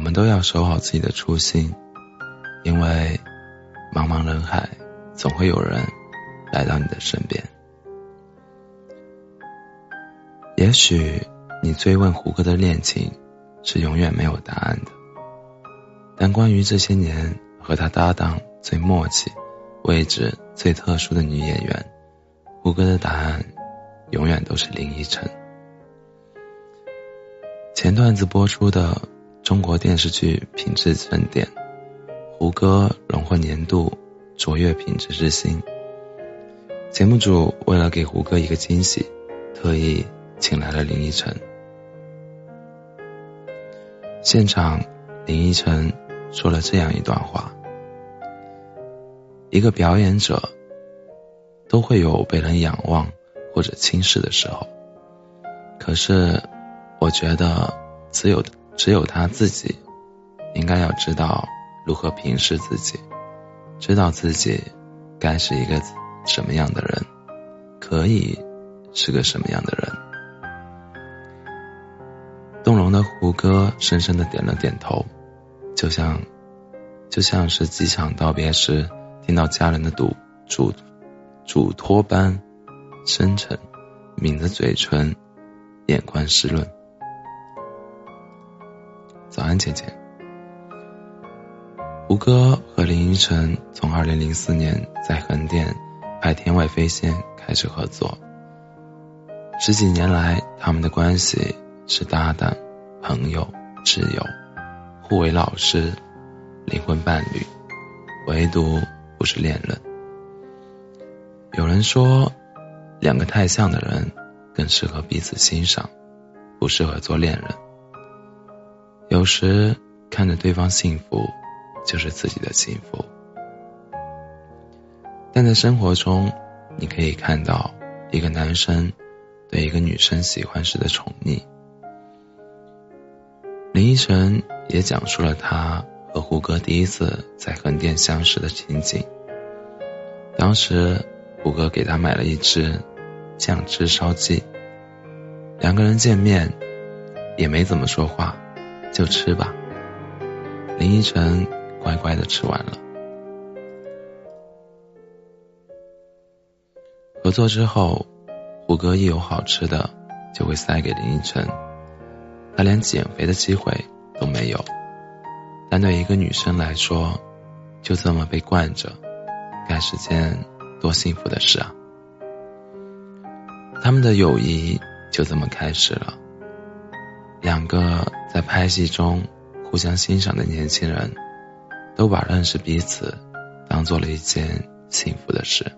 们都要守好自己的初心，因为茫茫人海，总会有人来到你的身边。也许你追问胡歌的恋情是永远没有答案的，但关于这些年和他搭档最默契、位置最特殊的女演员，胡歌的答案永远都是林依晨。前段子播出的中国电视剧品质盛典，胡歌荣获年度卓越品质之星。节目组为了给胡歌一个惊喜，特意请来了林依晨。现场林依晨说了这样一段话：一个表演者都会有被人仰望或者轻视的时候，可是我觉得只有他自己应该要知道如何平视自己，知道自己该是一个什么样的人，可以是个什么样的人。动容的胡歌深深地点了点头，就像是机场道别时听到家人的嘱托般深沉，抿着嘴唇，眼眶湿润。早安，姐姐。胡歌和林依晨从2004年在横店拍《天外飞仙》开始合作，10几年来他们的关系是搭档、朋友、挚友，互为老师、灵魂伴侣，唯独不是恋人。有人说，两个太像的人更适合彼此欣赏，不适合做恋人。有时看着对方幸福，就是自己的幸福。但在生活中，你可以看到一个男生对一个女生喜欢时的宠溺。林依晨也讲述了他和胡歌第一次在横店相识的情景。当时胡歌给他买了一只酱汁烧鸡，两个人见面也没怎么说话，就吃吧。林依晨乖乖地吃完了。合作之后，胡歌一有好吃的就会塞给林依晨，他连减肥的机会都没有，但对一个女生来说，就这么被惯着，该是件多幸福的事啊。他们的友谊就这么开始了，两个在拍戏中互相欣赏的年轻人，都把认识彼此当做了一件幸福的事。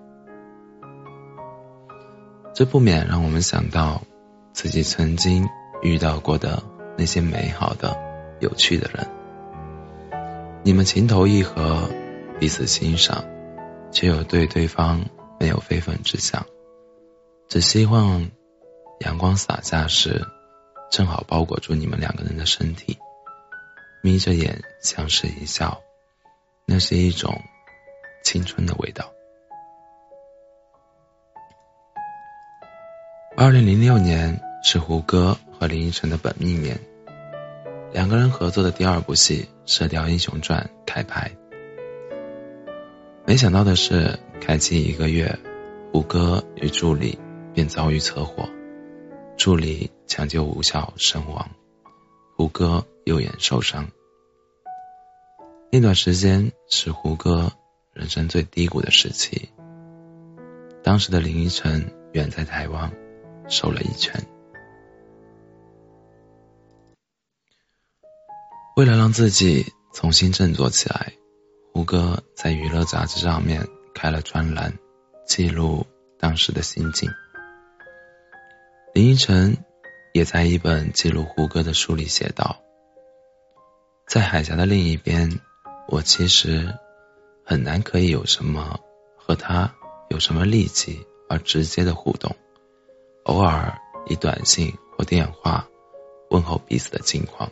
这不免让我们想到自己曾经遇到过的那些美好的、有趣的人。你们情投意合，彼此欣赏，却又对对方没有非分之想，只希望阳光洒下时正好包裹住你们两个人的身体，眯着眼相视一笑，那是一种青春的味道。2006年是胡歌和林依晨的本命年，两个人合作的第二部戏《射雕英雄传》开拍。没想到的是，开机1个月，胡歌与助理便遭遇车祸，助理抢救无效身亡，胡歌右眼受伤。那段时间是胡歌人生最低谷的时期，当时的林依晨远在台湾受了一拳。为了让自己重新振作起来，胡歌在娱乐杂志上面开了专栏，记录当时的心境。林依晨也在一本记录胡歌的书里写道，在海峡的另一边，我其实很难可以有什么和他有什么立即而直接的互动，偶尔以短信或电话问候彼此的近况，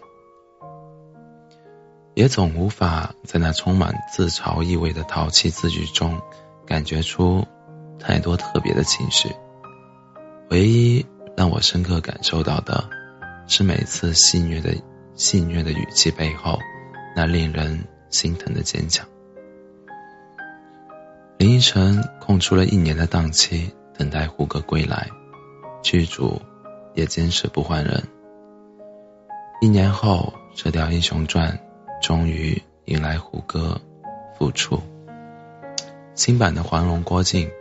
也总无法在那充满自嘲意味的淘气字句中感觉出太多特别的情绪。唯一让我深刻感受到的是每次戏谑的戏谑的语气背后那令人心疼的坚强。林依晨空出了1年的档期等待胡歌归来，剧组也坚持不换人。1年后，《射雕英雄传》终于迎来胡歌复出。新版的黄蓉郭靖，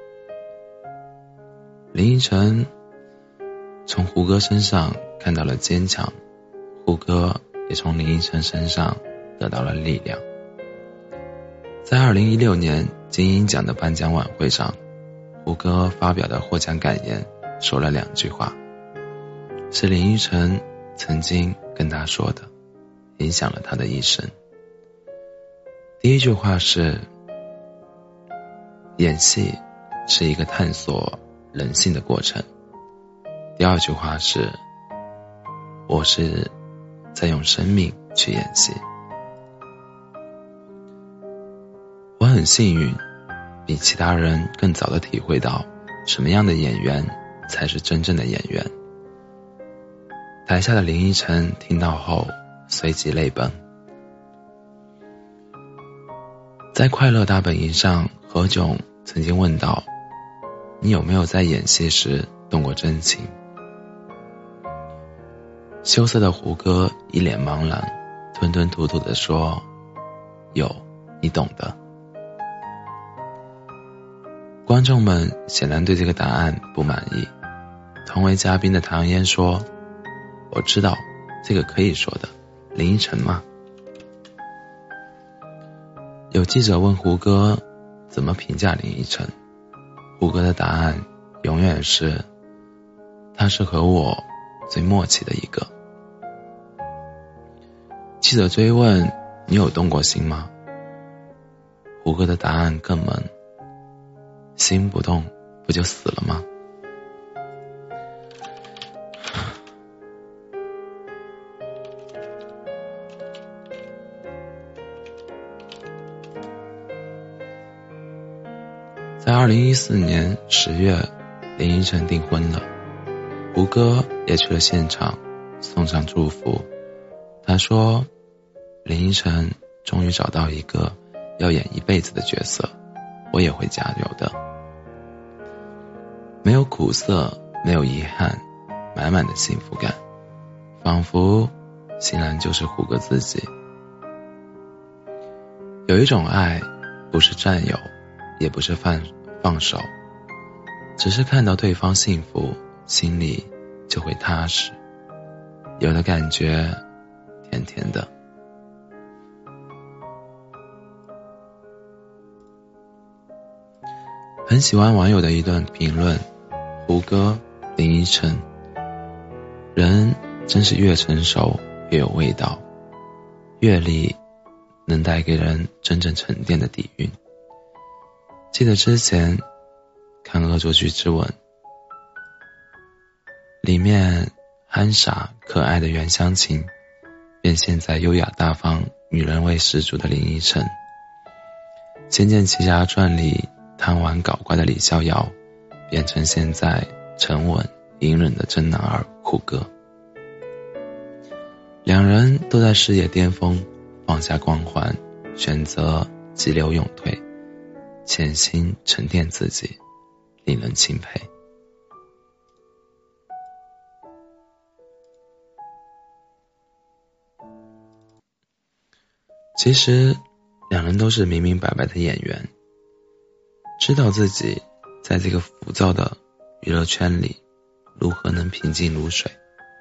林依晨从胡歌身上看到了坚强，胡歌也从林依晨身上得到了力量。在2016年金鹰奖的颁奖晚会上，胡歌发表的获奖感言说了2句话，是林依晨曾经跟他说的，影响了他的一生。第一句话是，演戏是一个探索人性的过程。第二句话是，我是在用生命去演戏。我很幸运，比其他人更早地体会到什么样的演员才是真正的演员。台下的林依晨听到后随即泪奔。在快乐大本营上，何炅曾经问道，你有没有在演戏时动过真情？羞涩的胡歌一脸茫然，吞吞吐吐地说，有，你懂的。观众们显然对这个答案不满意。同为嘉宾的唐嫣说，我知道这个可以说的，林依晨嘛。有记者问胡歌怎么评价林依晨，胡歌的答案永远是，他是和我最默契的一个。记者追问，你有动过心吗？胡歌的答案更闷，心不动不就死了吗？在2014年10月，林依晨订婚了，胡歌也去了现场送上祝福。他说，林依晨终于找到一个要演一辈子的角色，我也会加油的。没有苦涩，没有遗憾，满满的幸福感，仿佛新郎就是胡歌自己。有一种爱，不是占有，也不是放手，只是看到对方幸福，心里就会踏实，有的感觉甜甜的。很喜欢网友的一段评论，胡歌、林依晨，人真是越成熟越有味道，阅历能带给人真正沉淀的底蕴。记得之前看《恶作剧之吻》，里面憨傻可爱的袁湘琴变现在优雅大方女人味十足的林依晨，《仙剑奇侠传》里贪玩搞怪的李逍遥变成现在沉稳隐忍的真男儿胡歌。两人都在事业巅峰放下光环，选择急流勇退，潜心沉淀自己，令人钦佩。其实两人都是明明白白的演员，知道自己在这个浮躁的娱乐圈里如何能平静如水。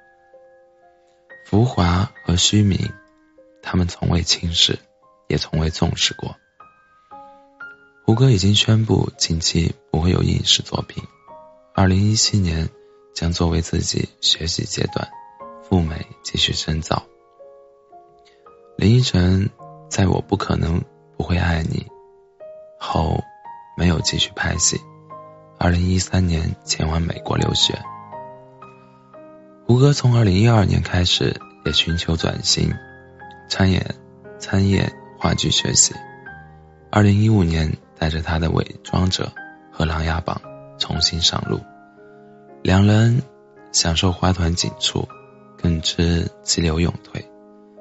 浮华和虚名，他们从未轻视，也从未重视过。胡歌已经宣布近期不会有影视作品，2017年将作为自己学习阶段，赴美继续深造。林依晨在我不可能不会爱你后没有继续拍戏，2013年前往美国留学。胡歌从2012年开始也寻求转型，参演话剧学习。2015年带着他的《伪装者》和《琅琊榜》重新上路，两人享受花团锦簇，更知急流勇退，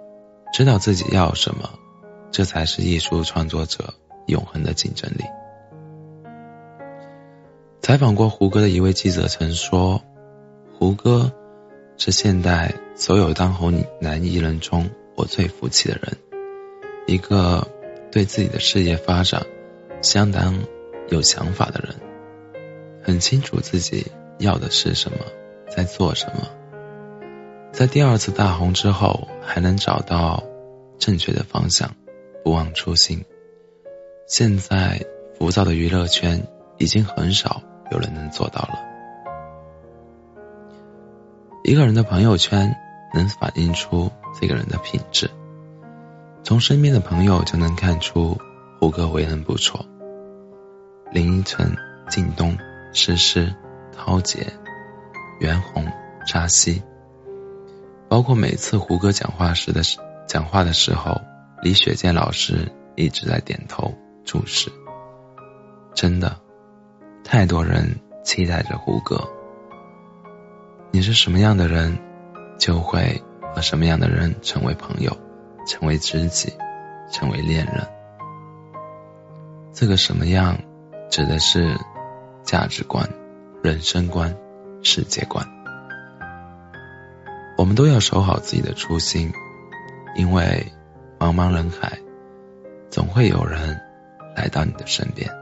知道自己要什么，这才是艺术创作者永恒的竞争力。采访过胡歌的一位记者曾说，胡歌是现代所有当红男艺人中我最服气的人，一个对自己的事业发展相当有想法的人，很清楚自己要的是什么，在做什么，在第二次大红之后还能找到正确的方向，不忘初心。现在浮躁的娱乐圈已经很少有人能做到了。一个人的朋友圈能反映出这个人的品质，从身边的朋友就能看出胡歌为人不错。林依晨、靳东、诗诗、涛杰、袁弘、扎西，包括每次胡歌讲话的时候，李雪健老师一直在点头注视。真的，太多人期待着胡歌。你是什么样的人，就会和什么样的人成为朋友，成为知己，成为恋人。这个什么样指的是价值观、人生观、世界观。我们都要守好自己的初心，因为茫茫人海，总会有人来到你的身边。